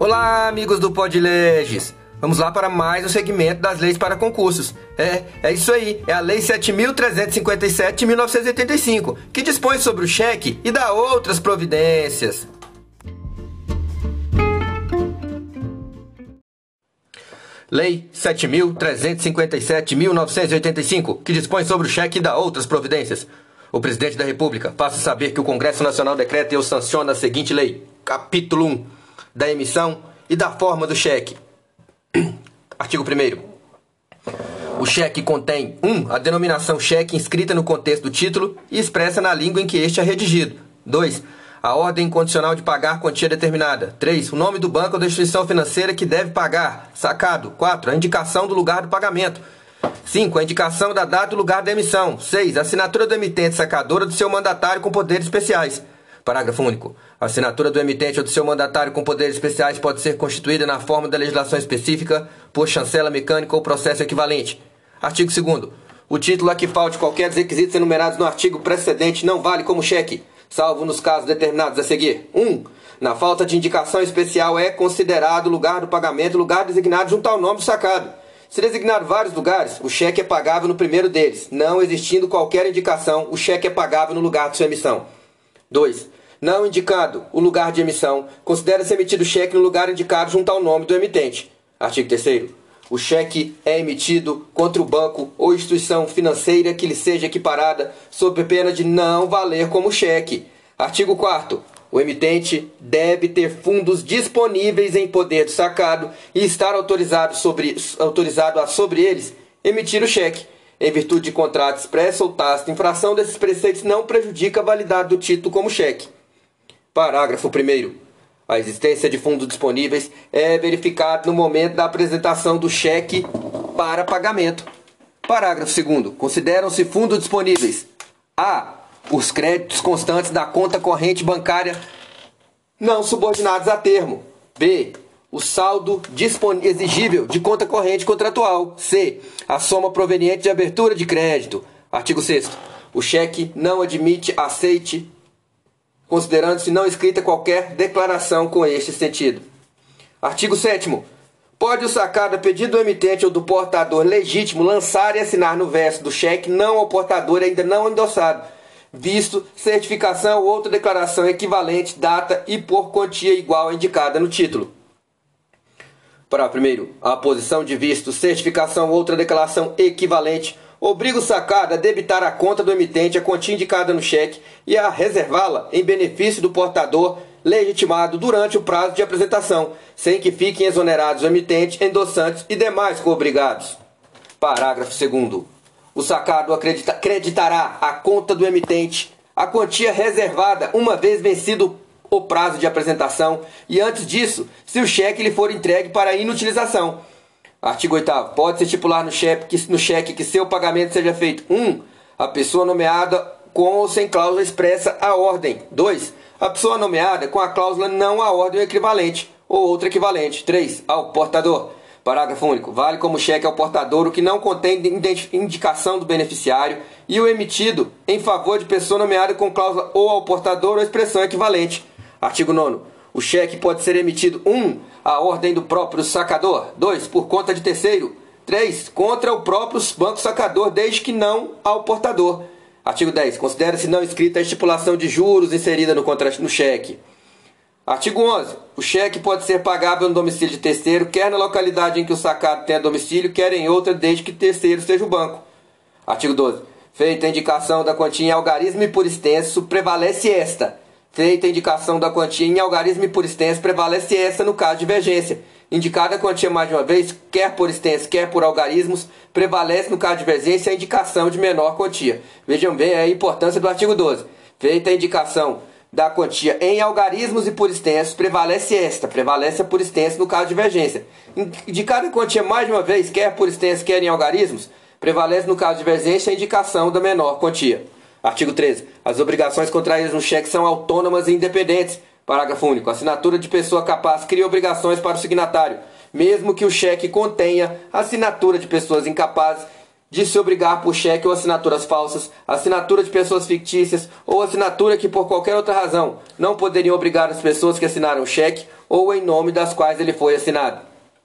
Olá, amigos do PodLeges! Vamos lá para mais um segmento das leis para concursos. É isso aí, é a Lei 7.357 de 1985, que dispõe sobre o cheque e dá outras providências. Lei 7.357 de 1985, que dispõe sobre o cheque e dá outras providências. O Presidente da República passa a saber que o Congresso Nacional decreta e sanciona a seguinte lei. Capítulo 1. Da emissão e da forma do cheque. Artigo 1º. O cheque contém 1. A denominação cheque inscrita no contexto do título e expressa na língua em que este é redigido. 2. A ordem incondicional de pagar quantia determinada. 3. O nome do banco ou da instituição financeira que deve pagar. Sacado. 4. A indicação do lugar do pagamento. 5. A indicação da data e do lugar da emissão. 6. A assinatura do emitente sacadora do seu mandatário com poderes especiais. Parágrafo único. A assinatura do emitente ou do seu mandatário com poderes especiais pode ser constituída na forma da legislação específica por chancela mecânica ou processo equivalente. Artigo 2º. O título a que falte qualquer dos requisitos enumerados no artigo precedente não vale como cheque, salvo nos casos determinados a seguir. 1. Na falta de indicação especial é considerado o lugar do pagamento lugar designado junto ao nome do sacado. Se designado vários lugares, o cheque é pagável no primeiro deles. Não existindo qualquer indicação, o cheque é pagável no lugar de sua emissão. 2. Não indicado o lugar de emissão, considera-se emitido o cheque no lugar indicado junto ao nome do emitente. Artigo 3º. O cheque é emitido contra o banco ou instituição financeira que lhe seja equiparada, sob pena de não valer como cheque. Artigo 4º. O emitente deve ter fundos disponíveis em poder do sacado e estar autorizado a sobre eles emitir o cheque. Em virtude de contrato expresso ou tácito, infração desses preceitos não prejudica a validade do título como cheque. Parágrafo 1º. A existência de fundos disponíveis é verificada no momento da apresentação do cheque para pagamento. Parágrafo 2º. Consideram-se fundos disponíveis: a. Os créditos constantes da conta corrente bancária não subordinados a termo. B. O saldo exigível de conta corrente contratual. C. A soma proveniente de abertura de crédito. Artigo 6º. O cheque não admite aceite, considerando-se não escrita qualquer declaração com este sentido. Artigo 7º. Pode o sacado, a pedido do emitente ou do portador legítimo, lançar e assinar no verso do cheque não ao portador ainda não endossado, visto, certificação ou outra declaração equivalente, data e por quantia igual à indicada no título. Parágrafo 1º. A aposição de visto, certificação ou outra declaração equivalente obriga o sacado a debitar à conta do emitente a quantia indicada no cheque e a reservá-la em benefício do portador legitimado durante o prazo de apresentação, sem que fiquem exonerados o emitente, endossantes e demais coobrigados. Parágrafo 2º. O sacado acreditará à conta do emitente a quantia reservada uma vez vencido o prazo de apresentação e antes disso, se o cheque lhe for entregue para inutilização. Artigo 8º. Pode-se estipular no cheque que seu pagamento seja feito: 1. A pessoa nomeada com ou sem cláusula expressa a ordem. 2. A pessoa nomeada com a cláusula não a ordem equivalente ou outra equivalente. 3. Ao portador. Parágrafo único. Vale como cheque ao portador o que não contém indicação do beneficiário e o emitido em favor de pessoa nomeada com cláusula ou ao portador ou expressão equivalente. Artigo 9º. O cheque pode ser emitido: 1. À ordem do próprio sacador. 2. Por conta de terceiro. 3. Contra o próprio banco sacador, desde que não ao portador. Artigo 10. Considera-se não escrita a estipulação de juros inserida no cheque. Artigo 11. O cheque pode ser pagável no domicílio de terceiro, quer na localidade em que o sacado tenha domicílio, quer em outra, desde que terceiro seja o banco. Artigo 12. Feita a indicação da quantia em algarismo e por extenso, prevalece esta. Feita a indicação da quantia em algarismo e por extenso, prevalece esta no caso de divergência. Indicada a quantia mais de uma vez, quer por extenso, quer por algarismos, prevalece no caso de divergência a indicação de menor quantia. Vejam bem a importância do artigo 12. Feita a indicação da quantia em algarismos e por extenso, prevalece a por extenso no caso de divergência. Indicada a quantia mais de uma vez, quer por extenso, quer em algarismos, prevalece no caso de divergência a indicação da menor quantia. Artigo 13. As obrigações contraídas no cheque são autônomas e independentes. Parágrafo único. A assinatura de pessoa capaz cria obrigações para o signatário, mesmo que o cheque contenha assinatura de pessoas incapazes de se obrigar por cheque ou assinaturas falsas, assinatura de pessoas fictícias ou assinatura que por qualquer outra razão não poderiam obrigar as pessoas que assinaram o cheque ou em nome das quais ele foi assinado.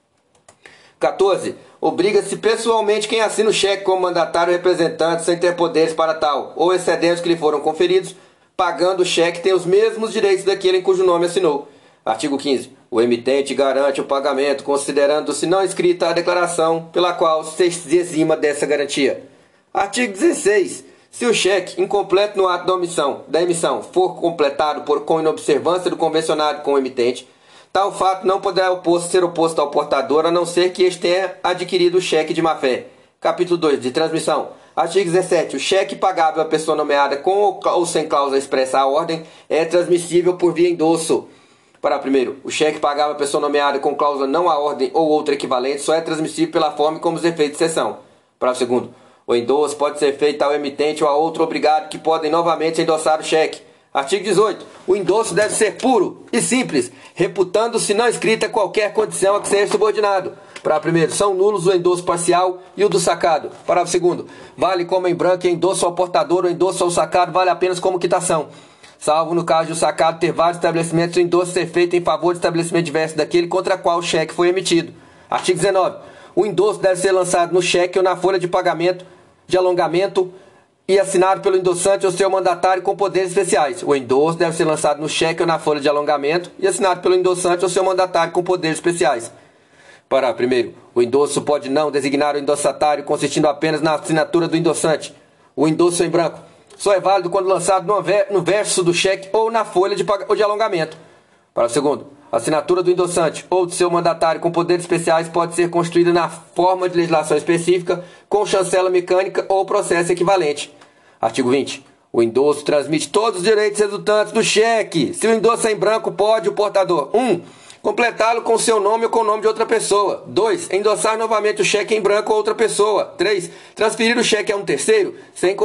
14. Obriga-se pessoalmente quem assina o cheque como mandatário ou representante sem ter poderes para tal, ou excedentes que lhe foram conferidos, pagando o cheque tem os mesmos direitos daquele em cujo nome assinou. Artigo 15. O emitente garante o pagamento, considerando-se não escrita a declaração pela qual se exima dessa garantia. Artigo 16. Se o cheque, incompleto no ato da emissão, for completado com inobservância do convencionado com o emitente, tal fato não poderá ser oposto ao portador, a não ser que este tenha adquirido o cheque de má-fé. Capítulo 2. De transmissão. Artigo 17. O cheque pagável à pessoa nomeada com ou sem cláusula expressa à ordem é transmissível por via endosso. Parágrafo 1º. O cheque pagável à pessoa nomeada com cláusula não à ordem ou outra equivalente só é transmissível pela forma e como os efeitos de cessão. Parágrafo 2º. O endosso pode ser feito ao emitente ou a outro obrigado que podem novamente endossar o cheque. Artigo 18. O endosso deve ser puro e simples, reputando-se não escrita qualquer condição a que seja subordinado. Parágrafo 1º. São nulos o endosso parcial e o do sacado. Parágrafo 2º. Vale como em branco e endosso ao portador ou endosso ao sacado vale apenas como quitação. Salvo no caso de o sacado ter vários estabelecimentos, o endosso ser feito em favor de estabelecimento diverso daquele contra qual o cheque foi emitido. Artigo 19. O endosso deve ser lançado no cheque ou na folha de pagamento de alongamento e assinado pelo endossante ou seu mandatário com poderes especiais. O endosso deve ser lançado no cheque ou na folha de alongamento e assinado pelo endossante ou seu mandatário com poderes especiais. Parágrafo 1º. O endosso pode não designar o endossatário, consistindo apenas na assinatura do endossante. O endosso em branco só é válido quando lançado no verso do cheque ou na folha de alongamento. Parágrafo 2º. A assinatura do endossante ou de seu mandatário com poderes especiais pode ser constituída na forma de legislação específica, com chancela mecânica ou processo equivalente. Artigo 20. O endosso transmite todos os direitos resultantes do cheque. Se o endosso é em branco, pode o portador 1. Completá-lo com seu nome ou com o nome de outra pessoa. 2. Endossar novamente o cheque em branco a outra pessoa. 3. Transferir o cheque a um terceiro,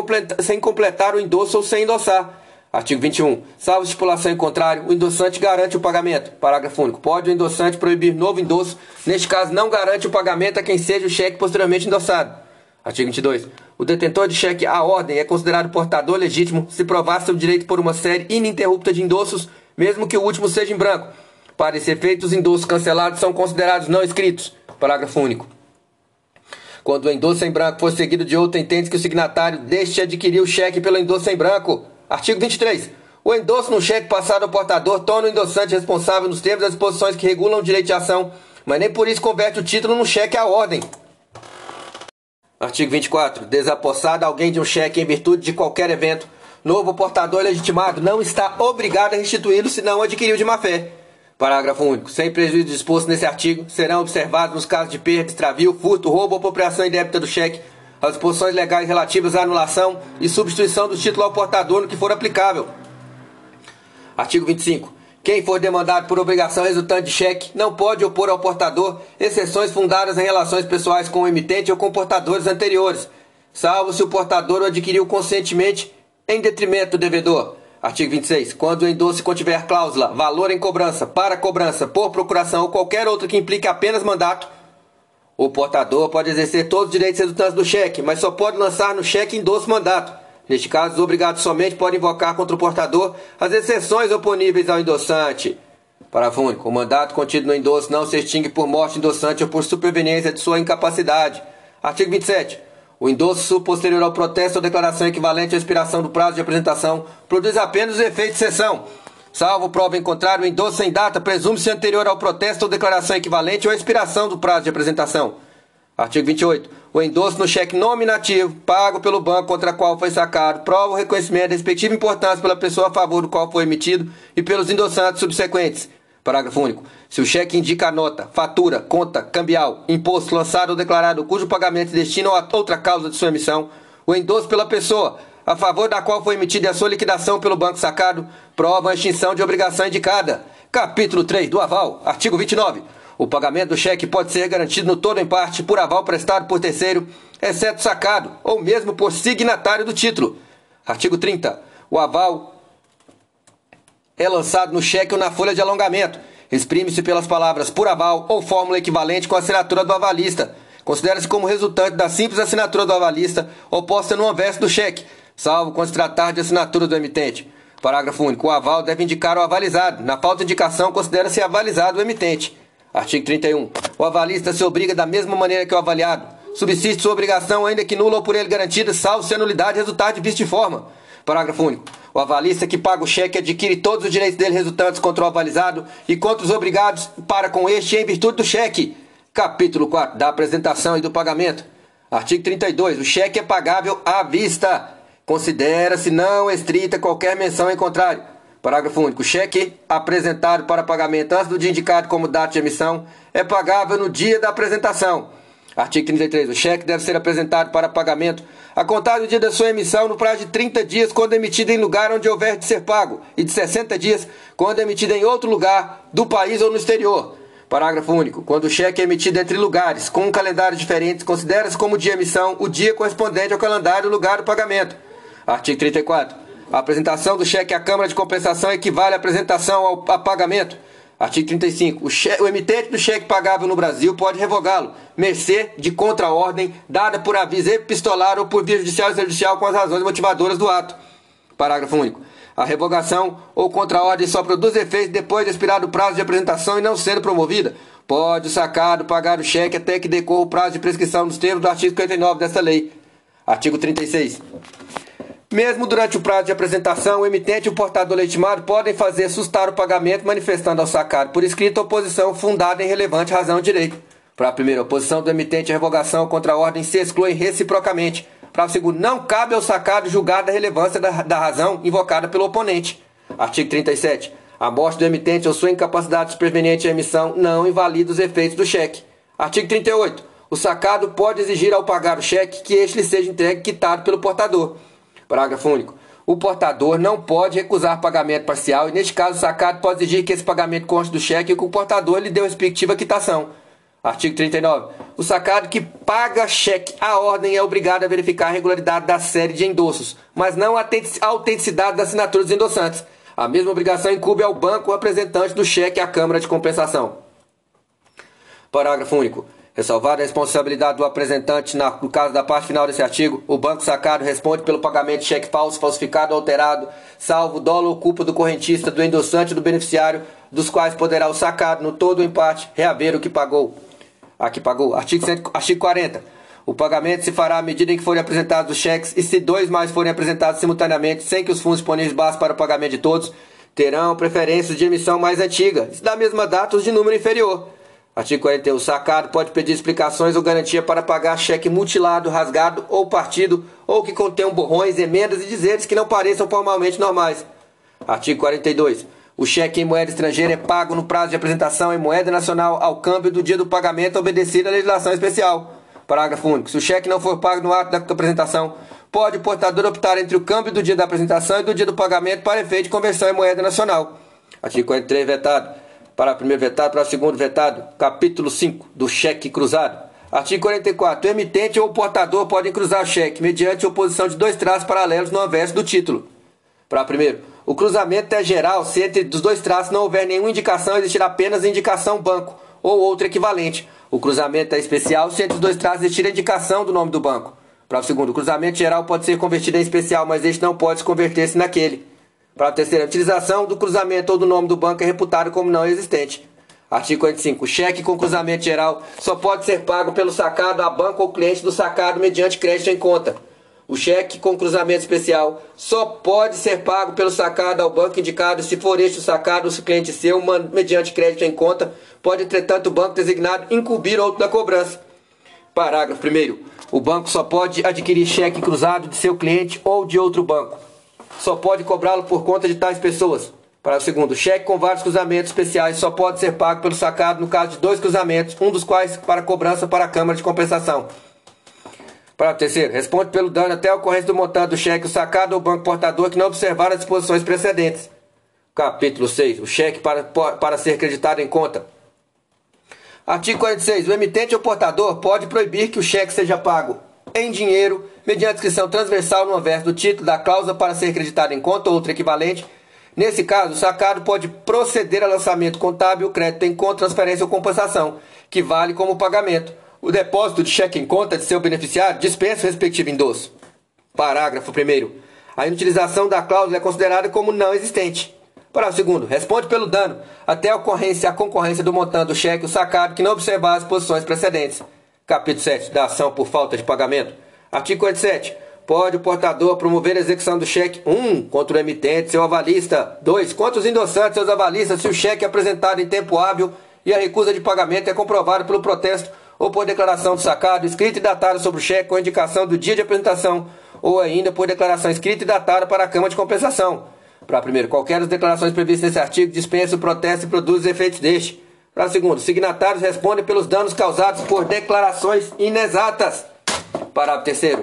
sem completar o endosso ou sem endossar. Artigo 21. Salvo estipulação em contrário, o endossante garante o pagamento. Parágrafo único. Pode o endossante proibir novo endosso. Neste caso, não garante o pagamento a quem seja o cheque posteriormente endossado. Artigo 22. O detentor de cheque à ordem é considerado portador legítimo se provar seu direito por uma série ininterrupta de endossos, mesmo que o último seja em branco. Para esse efeito, os endossos cancelados são considerados não escritos. Parágrafo único. Quando o endosso em branco for seguido de outro, entende-se que o signatário deixe adquirir o cheque pelo endosso em branco. Artigo 23. O endosso no cheque passado ao portador torna o endossante responsável nos termos das disposições que regulam o direito de ação, mas nem por isso converte o título num cheque à ordem. Artigo 24. Desapossado alguém de um cheque em virtude de qualquer evento, novo portador legitimado não está obrigado a restituí-lo se não adquiriu de má-fé. Parágrafo único. Sem prejuízo disposto nesse artigo, serão observados nos casos de perda, extravio, furto, roubo ou apropriação indébita do cheque as disposições legais relativas à anulação e substituição do título ao portador no que for aplicável. Artigo 25. Quem for demandado por obrigação resultante de cheque não pode opor ao portador exceções fundadas em relações pessoais com o emitente ou com portadores anteriores, salvo se o portador o adquiriu conscientemente em detrimento do devedor. Artigo 26. Quando o endosso contiver cláusula, valor em cobrança, para cobrança, por procuração ou qualquer outra que implique apenas mandato, o portador pode exercer todos os direitos resultantes do cheque, mas só pode lançar no cheque endosso mandato. Neste caso, os obrigados somente podem invocar contra o portador as exceções oponíveis ao endossante. Parágrafo único. O mandato contido no endosso não se extingue por morte do endossante ou por superveniência de sua incapacidade. Artigo 27. O endosso posterior ao protesto ou declaração equivalente à expiração do prazo de apresentação produz apenas os efeitos de cessão. Salvo prova em contrário, o endosso em data presume-se anterior ao protesto ou declaração equivalente ou à expiração do prazo de apresentação. Artigo 28. O endosso no cheque nominativo, pago pelo banco contra qual foi sacado, prova o reconhecimento da respectiva importância pela pessoa a favor do qual foi emitido e pelos endossantes subsequentes. Parágrafo único. Se o cheque indica a nota, fatura, conta, cambial, imposto lançado ou declarado cujo pagamento se destina a outra causa de sua emissão, o endosso pela pessoa a favor da qual foi emitida e a sua liquidação pelo banco sacado provam a extinção de obrigação indicada. Capítulo 3 do aval. Artigo 29. O pagamento do cheque pode ser garantido no todo ou em parte por aval prestado por terceiro, exceto sacado, ou mesmo por signatário do título. Artigo 30. O aval é lançado no cheque ou na folha de alongamento. Exprime-se pelas palavras por aval ou fórmula equivalente com a assinatura do avalista. Considera-se como resultante da simples assinatura do avalista oposta no anverso do cheque, salvo quando se tratar de assinatura do emitente. Parágrafo único. O aval deve indicar o avalizado. Na falta de indicação, considera-se avalizado o emitente. Artigo 31. O avalista se obriga da mesma maneira que o avaliado. Subsiste sua obrigação, ainda que nula ou por ele garantida, salvo se a nulidade resultar de vício de forma. Parágrafo único. O avalista que paga o cheque adquire todos os direitos dele resultantes contra o avalizado e contra os obrigados para com este em virtude do cheque. Capítulo 4. Da apresentação e do pagamento. Artigo 32. O cheque é pagável à vista. Considera-se não estrita qualquer menção em contrário. Parágrafo único. O cheque apresentado para pagamento antes do dia indicado como data de emissão é pagável no dia da apresentação. Artigo 33. O cheque deve ser apresentado para pagamento a contar do dia da sua emissão no prazo de 30 dias quando emitido em lugar onde houver de ser pago e de 60 dias quando emitido em outro lugar do país ou no exterior. Parágrafo único. Quando o cheque é emitido entre lugares com um calendário diferente, considera-se como dia de emissão o dia correspondente ao calendário e lugar do pagamento. Artigo 34. A apresentação do cheque à Câmara de Compensação equivale à apresentação a pagamento. Artigo 35. O emitente do cheque pagável no Brasil pode revogá-lo, mercê de contraordem dada por aviso epistolar ou por via judicial e extrajudicial com as razões motivadoras do ato. Parágrafo único. A revogação ou contraordem só produz efeito depois de expirado o prazo de apresentação e não sendo promovida. Pode o sacado pagar o cheque até que decorra o prazo de prescrição nos termos do artigo 59 desta lei. Artigo 36. Mesmo durante o prazo de apresentação, o emitente e o portador legitimado podem fazer sustar o pagamento manifestando ao sacado por escrito oposição fundada em relevante razão de direito. Para a primeira, a oposição do emitente à revogação contra a ordem se exclui reciprocamente. Para o segundo, não cabe ao sacado julgar da relevância da razão invocada pelo oponente. Artigo 37. A morte do emitente ou sua incapacidade superveniente à emissão não invalida os efeitos do cheque. Artigo 38. O sacado pode exigir ao pagar o cheque que este lhe seja entregue quitado pelo portador. Parágrafo único. O portador não pode recusar pagamento parcial e, neste caso, o sacado pode exigir que esse pagamento conste do cheque e que o portador lhe dê a respectiva quitação. Artigo 39. O sacado que paga cheque à ordem é obrigado a verificar a regularidade da série de endossos, mas não a autenticidade da assinatura dos endossantes. A mesma obrigação incumbe ao banco representante do cheque à Câmara de Compensação. Parágrafo único. Ressalvada a responsabilidade do apresentante no caso da parte final desse artigo, o banco sacado responde pelo pagamento de cheque falso, falsificado ou alterado, salvo dolo ou culpa do correntista, do endossante ou do beneficiário, dos quais poderá o sacado, no todo ou em parte, reaver o que pagou. Artigo 40. O pagamento se fará à medida em que forem apresentados os cheques e se dois mais forem apresentados simultaneamente, sem que os fundos disponíveis bastem para o pagamento de todos, terão preferências de emissão mais antiga, da mesma data os de número inferior. Artigo 41. O sacado pode pedir explicações ou garantia para pagar cheque mutilado, rasgado ou partido, ou que contenham borrões, emendas e dizeres que não pareçam formalmente normais. Artigo 42. O cheque em moeda estrangeira é pago no prazo de apresentação em moeda nacional ao câmbio do dia do pagamento obedecido à legislação especial. Parágrafo único. Se o cheque não for pago no ato da apresentação, pode o portador optar entre o câmbio do dia da apresentação e do dia do pagamento para efeito de conversão em moeda nacional. Artigo 43. Vetado. Para o primeiro vetado, para o segundo vetado. Capítulo 5 do cheque cruzado. Artigo 44. O emitente ou o portador podem cruzar o cheque mediante oposição de dois traços paralelos no anverso do título. Para o primeiro, o cruzamento é geral se entre os dois traços não houver nenhuma indicação, existir apenas indicação banco ou outro equivalente. O cruzamento é especial se entre os dois traços existir a indicação do nome do banco. Para o segundo, o cruzamento geral pode ser convertido em especial, mas este não pode converter-se naquele. Para a terceira, a utilização do cruzamento ou do nome do banco é reputado como não existente. Artigo 45. O cheque com cruzamento geral só pode ser pago pelo sacado a banco ou cliente do sacado mediante crédito em conta. O cheque com cruzamento especial só pode ser pago pelo sacado ao banco indicado se for este o sacado ou se o cliente seu, mediante crédito em conta, pode, entretanto, o banco designado incumbir outro da cobrança. Parágrafo 1º. O banco só pode adquirir cheque cruzado de seu cliente ou de outro banco. Só pode cobrá-lo por conta de tais pessoas. Parágrafo 2º. Cheque com vários cruzamentos especiais só pode ser pago pelo sacado no caso de dois cruzamentos, um dos quais para cobrança para a Câmara de Compensação. Parágrafo 3º. Responde pelo dano até a ocorrência do montante do cheque o sacado ou banco portador que não observar as disposições precedentes. Capítulo 6. O cheque para ser creditado em conta. Artigo 46. O emitente ou portador pode proibir que o cheque seja pago em dinheiro, mediante inscrição transversal no anverso do título da cláusula para ser creditado em conta ou outro equivalente. Nesse caso, o sacado pode proceder a lançamento contábil, crédito em conta, transferência ou compensação, que vale como pagamento. O depósito de cheque em conta de seu beneficiário dispensa o respectivo endosso. Parágrafo 1º. A inutilização da cláusula é considerada como não existente. Parágrafo 2º. Responde pelo dano até a concorrência do montante do cheque o sacado que não observar as posições precedentes. Capítulo 7. Da ação por falta de pagamento. Artigo 47. Pode o portador promover a execução do cheque 1. Contra o emitente, seu avalista. 2. Contra os endossantes, seus avalistas, se o cheque é apresentado em tempo hábil e a recusa de pagamento é comprovada pelo protesto ou por declaração do sacado, escrita e datada sobre o cheque com indicação do dia de apresentação, ou ainda por declaração escrita e datada para a Câmara de Compensação. Para primeiro, qualquer das declarações previstas nesse artigo dispensa o protesto e produz os efeitos deste. Para segundo, signatários respondem pelos danos causados por declarações inexatas. Parágrafo terceiro.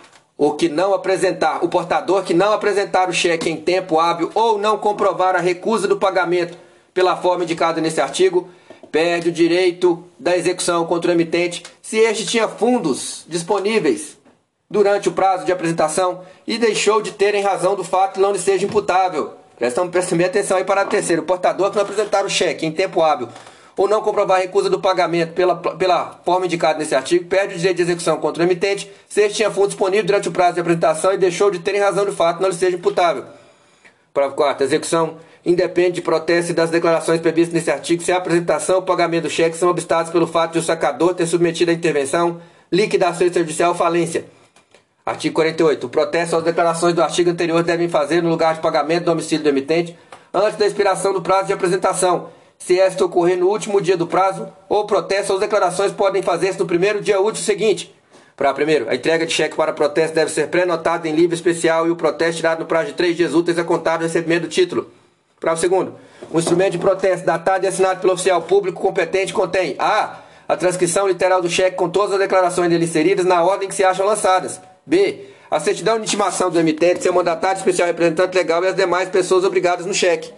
O portador que não apresentar o cheque em tempo hábil ou não comprovar a recusa do pagamento pela forma indicada nesse artigo, perde o direito da execução contra o emitente se este tinha fundos disponíveis durante o prazo de apresentação e deixou de ter em razão do fato que não lhe seja imputável. Prestem atenção aí para o terceiro. O portador que não apresentar o cheque em tempo hábil ou não comprovar a recusa do pagamento pela forma indicada nesse artigo, perde o direito de execução contra o emitente se este tinha fundo disponível durante o prazo de apresentação e deixou de ter em razão do fato que não lhe seja imputável. Parágrafo 4. A execução independe de protesto e das declarações previstas nesse artigo se a apresentação ou o pagamento do cheque são obstados pelo fato de o sacador ter submetido à intervenção, liquidação extrajudicial ou falência. Artigo 48. O protesto às declarações do artigo anterior devem fazer no lugar de pagamento do domicílio do emitente antes da expiração do prazo de apresentação. Se esta ocorrer no último dia do prazo, ou protesto ou declarações podem fazer-se no primeiro dia útil seguinte. Para primeiro, a entrega de cheque para protesto deve ser pré-notada em livro especial e o protesto tirado no prazo de 3 dias úteis a contar do recebimento do título. Parágrafo segundo. O instrumento de protesto datado e assinado pelo oficial público competente contém a transcrição literal do cheque com todas as declarações dele inseridas na ordem que se acham lançadas. B. A certidão de intimação do emitente, seu mandatário especial representante legal e as demais pessoas obrigadas no cheque.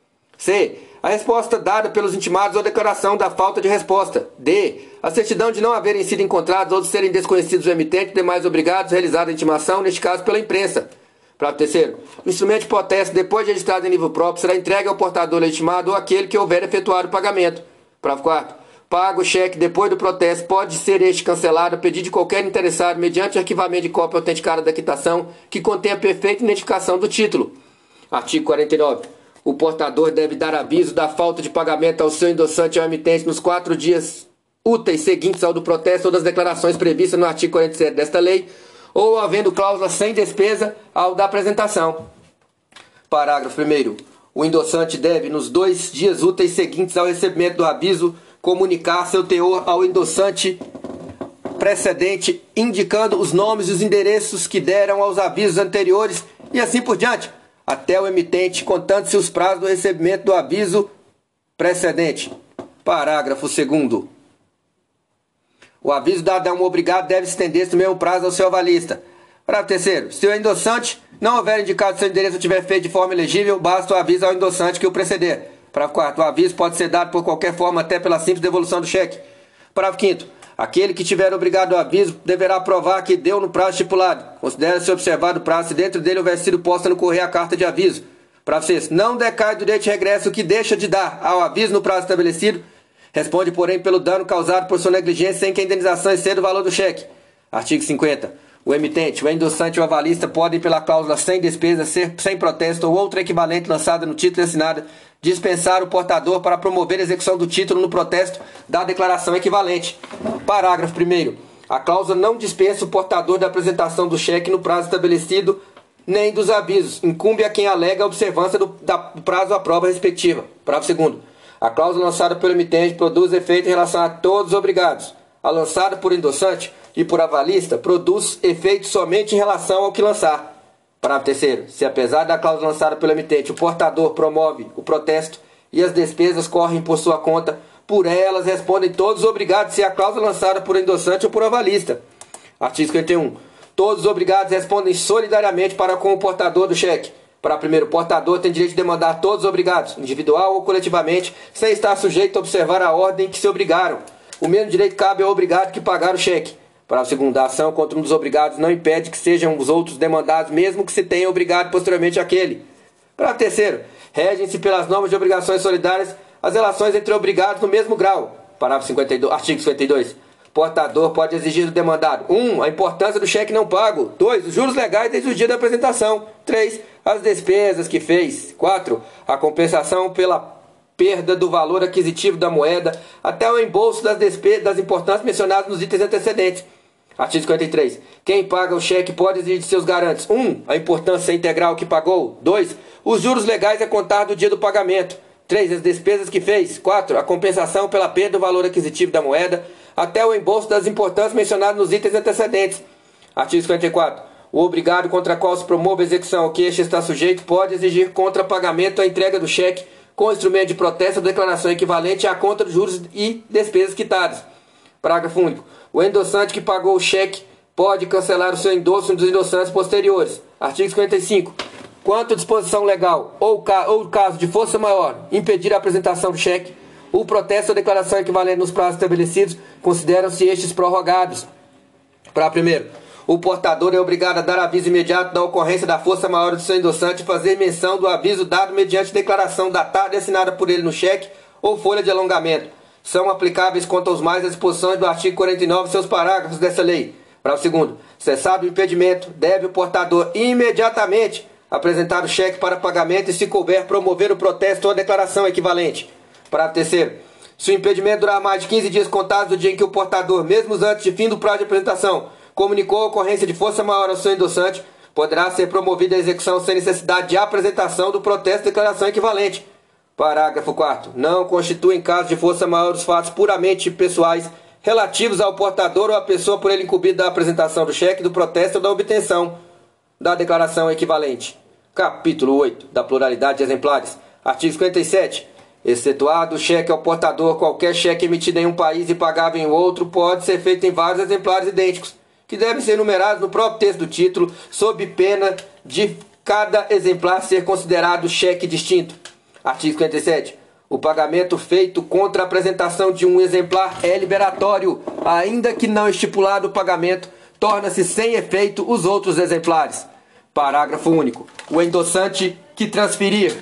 C. A resposta dada pelos intimados ou a declaração da falta de resposta. D. A certidão de não haverem sido encontrados ou de serem desconhecidos do emitente e demais obrigados realizada a intimação, neste caso pela imprensa. Parágrafo terceiro. O instrumento de protesto, depois de registrado em livro próprio, será entregue ao portador legitimado ou àquele que houver efetuado o pagamento. Parágrafo quarto. Pago o cheque depois do protesto, pode ser este cancelado a pedido de qualquer interessado mediante arquivamento de cópia autenticada da quitação que contenha perfeita identificação do título. Artigo 49. O portador deve dar aviso da falta de pagamento ao seu endossante ou emitente nos 4 dias úteis seguintes ao do protesto ou das declarações previstas no artigo 47 desta lei, ou havendo cláusula sem despesa ao da apresentação. Parágrafo 1º. O endossante deve, nos 2 dias úteis seguintes ao recebimento do aviso, comunicar seu teor ao endossante precedente, indicando os nomes e os endereços que deram aos avisos anteriores e assim por diante, até o emitente, contando-se os prazos do recebimento do aviso precedente. Parágrafo 2º. O aviso dado a um obrigado deve estender-se no mesmo prazo ao seu avalista. Parágrafo 3º. Se o endossante não houver indicado seu endereço ou tiver feito de forma elegível, basta o aviso ao endossante que o preceder. Parágrafo 4º. O aviso pode ser dado por qualquer forma, até pela simples devolução do cheque. Parágrafo 5º. Aquele que tiver obrigado ao aviso deverá provar que deu no prazo estipulado. Considera-se observado o prazo se dentro dele houver sido posta no correio a carta de aviso. Parágrafo 6º. Não decai do direito de regresso o que deixa de dar ao aviso no prazo estabelecido. Responde, porém, pelo dano causado por sua negligência sem que a indenização exceda o valor do cheque. Artigo 50. O emitente, o endossante e o avalista podem, pela cláusula sem despesa, sem protesto ou outra equivalente lançada no título e assinada, dispensar o portador para promover a execução do título no protesto da declaração equivalente. Parágrafo 1º. A cláusula não dispensa o portador da apresentação do cheque no prazo estabelecido, nem dos avisos. Incumbe a quem alega a observância do prazo à prova respectiva. Parágrafo 2º. A cláusula lançada pelo emitente produz efeito em relação a todos os obrigados. A lançada por endossante e por avalista produz efeito somente em relação ao que lançar. Parágrafo 3º. Se apesar da cláusula lançada pelo emitente, o portador promove o protesto e as despesas correm por sua conta, por elas respondem todos os obrigados, se a cláusula lançada por endossante ou por avalista. Artigo 51. Todos os obrigados respondem solidariamente para com o portador do cheque. Para primeiro, o portador tem direito de demandar todos os obrigados, individual ou coletivamente, sem estar sujeito a observar a ordem que se obrigaram. O mesmo direito cabe ao obrigado que pagar o cheque. Parágrafo 2º. A ação contra um dos obrigados não impede que sejam os outros demandados, mesmo que se tenha obrigado posteriormente àquele. Parágrafo 3º. Regem-se pelas normas de obrigações solidárias as relações entre obrigados no mesmo grau. Parágrafo 52. Artigo 52. portador pode exigir do demandado: 1. A importância do cheque não pago. 2. Os juros legais desde o dia da apresentação. 3. As despesas que fez. 4. A compensação pela perda do valor aquisitivo da moeda até o reembolso das despesas das importâncias mencionadas nos itens antecedentes. Artigo 53. Quem paga o cheque pode exigir de seus garantes: 1. A importância integral que pagou. 2. Os juros legais a contar do dia do pagamento. 3. As despesas que fez. 4. A compensação pela perda do valor aquisitivo da moeda até o reembolso das importâncias mencionadas nos itens antecedentes. Artigo 54. O obrigado contra qual se promove a execução que este está sujeito pode exigir contra pagamento a entrega do cheque com instrumento de protesto ou declaração equivalente à conta dos juros e despesas quitadas. Parágrafo único. O endossante que pagou o cheque pode cancelar o seu endosso dos endossantes posteriores. Artigo 55. Quanto disposição legal ou caso de força maior impedir a apresentação do cheque, o protesto ou declaração equivalente nos prazos estabelecidos consideram-se estes prorrogados. Parágrafo primeiro. O portador é obrigado a dar aviso imediato da ocorrência da força maior do seu endossante e fazer menção do aviso dado mediante declaração datada e assinada por ele no cheque ou folha de alongamento. São aplicáveis quanto aos mais as disposições do artigo 49 e seus parágrafos dessa lei. Parágrafo segundo. Cessado o impedimento, deve o portador imediatamente apresentar o cheque para pagamento e, se couber, promover o protesto ou a declaração equivalente. Parágrafo terceiro. Se o impedimento durar mais de 15 dias contados do dia em que o portador, mesmo antes de fim do prazo de apresentação, comunicou a ocorrência de força maior ao seu endossante, poderá ser promovida a execução sem necessidade de apresentação do protesto ou declaração equivalente. Parágrafo 4º. Não constituem caso de força maior os fatos puramente pessoais relativos ao portador ou à pessoa por ele incumbida da apresentação do cheque, do protesto ou da obtenção da declaração equivalente. Capítulo 8. Da pluralidade de exemplares. Artigo 57. Excetuado o cheque ao portador, qualquer cheque emitido em um país e pagável em outro pode ser feito em vários exemplares idênticos, que devem ser numerados no próprio texto do título, sob pena de cada exemplar ser considerado cheque distinto. Artigo 57. O pagamento feito contra a apresentação de um exemplar é liberatório, ainda que não estipulado o pagamento, torna-se sem efeito os outros exemplares. Parágrafo único. O endossante que transferir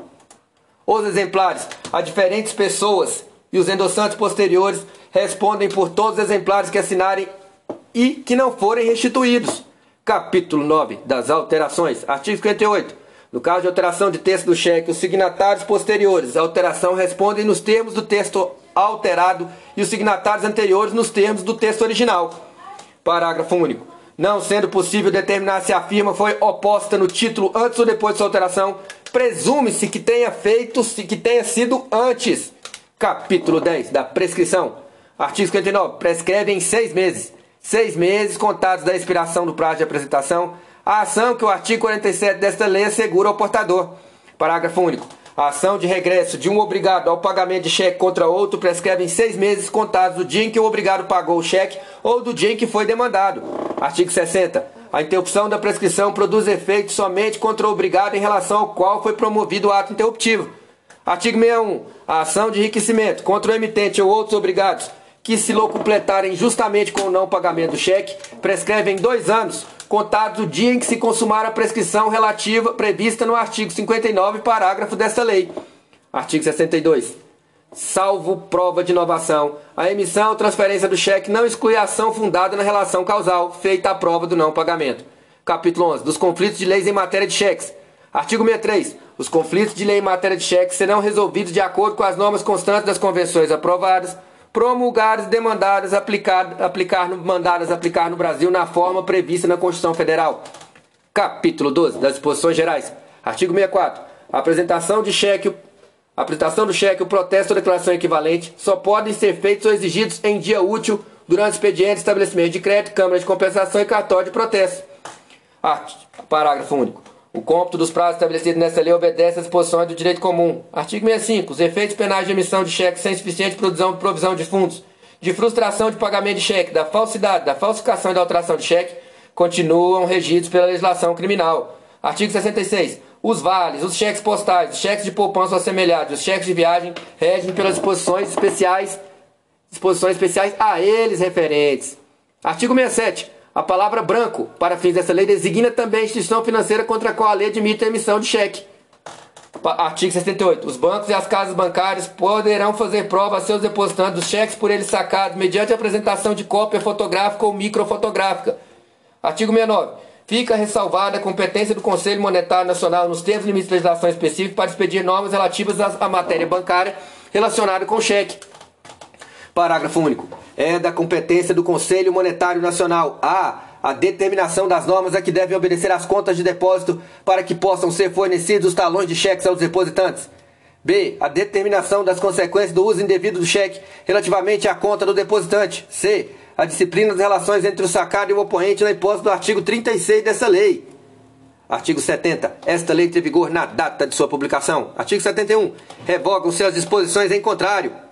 os exemplares a diferentes pessoas e os endossantes posteriores respondem por todos os exemplares que assinarem e que não forem restituídos. Capítulo 9 das alterações. Artigo 58. No caso de alteração de texto do cheque, os signatários posteriores à alteração respondem nos termos do texto alterado e os signatários anteriores nos termos do texto original. Parágrafo único. Não sendo possível determinar se a firma foi oposta no título antes ou depois de sua alteração, presume-se que tenha sido antes. Capítulo 10 da prescrição. Artigo 59. Prescreve em 6 meses. 6 meses contados da expiração do prazo de apresentação, a ação que o artigo 47 desta lei assegura ao portador. Parágrafo único. A ação de regresso de um obrigado ao pagamento de cheque contra outro prescreve em 6 meses contados do dia em que o obrigado pagou o cheque ou do dia em que foi demandado. Artigo 60. A interrupção da prescrição produz efeito somente contra o obrigado em relação ao qual foi promovido o ato interruptivo. Artigo 61. A ação de enriquecimento contra o emitente ou outros obrigados que se locupletarem justamente com o não pagamento do cheque prescreve em 2 anos, contados do dia em que se consumar a prescrição relativa prevista no artigo 59, parágrafo desta lei. Artigo 62. Salvo prova de inovação, a emissão ou transferência do cheque não exclui a ação fundada na relação causal, feita a prova do não pagamento. Capítulo 11. Dos conflitos de leis em matéria de cheques. Artigo 63. Os conflitos de lei em matéria de cheques serão resolvidos de acordo com as normas constantes das convenções aprovadas, promulgadas e demandadas mandadas aplicar no Brasil na forma prevista na Constituição Federal. Capítulo 12. Das disposições gerais. Artigo 64. A apresentação do cheque, o protesto ou declaração equivalente só podem ser feitos ou exigidos em dia útil durante expediente, estabelecimento de crédito, câmara de compensação e cartório de protesto. Parágrafo único. O cômputo dos prazos estabelecidos nesta lei obedece às disposições do direito comum. Artigo 65. Os efeitos penais de emissão de cheque sem suficiente provisão de fundos, de frustração de pagamento de cheque, da falsidade, da falsificação e da alteração de cheque continuam regidos pela legislação criminal. Artigo 66. Os vales, os cheques postais, os cheques de poupança ou assemelhados, os cheques de viagem regem pelas disposições especiais a eles referentes. Artigo 67. A palavra branco, para fins dessa lei, designa também a instituição financeira contra a qual a lei admite a emissão de cheque. Artigo 68. Os bancos e as casas bancárias poderão fazer prova a seus depositantes dos cheques por eles sacados mediante a apresentação de cópia fotográfica ou microfotográfica. Artigo 69. Fica ressalvada a competência do Conselho Monetário Nacional nos termos e limites de legislação específica para expedir normas relativas à matéria bancária relacionada com cheque. Parágrafo único. É da competência do Conselho Monetário Nacional a determinação das normas a que devem obedecer as contas de depósito para que possam ser fornecidos os talões de cheques aos depositantes. B. A determinação das consequências do uso indevido do cheque relativamente à conta do depositante. C. A disciplina das relações entre o sacado e o oponente na hipótese do artigo 36 dessa lei. Artigo 70. Esta lei tem vigor na data de sua publicação. Artigo 71. Revogam-se as disposições em contrário.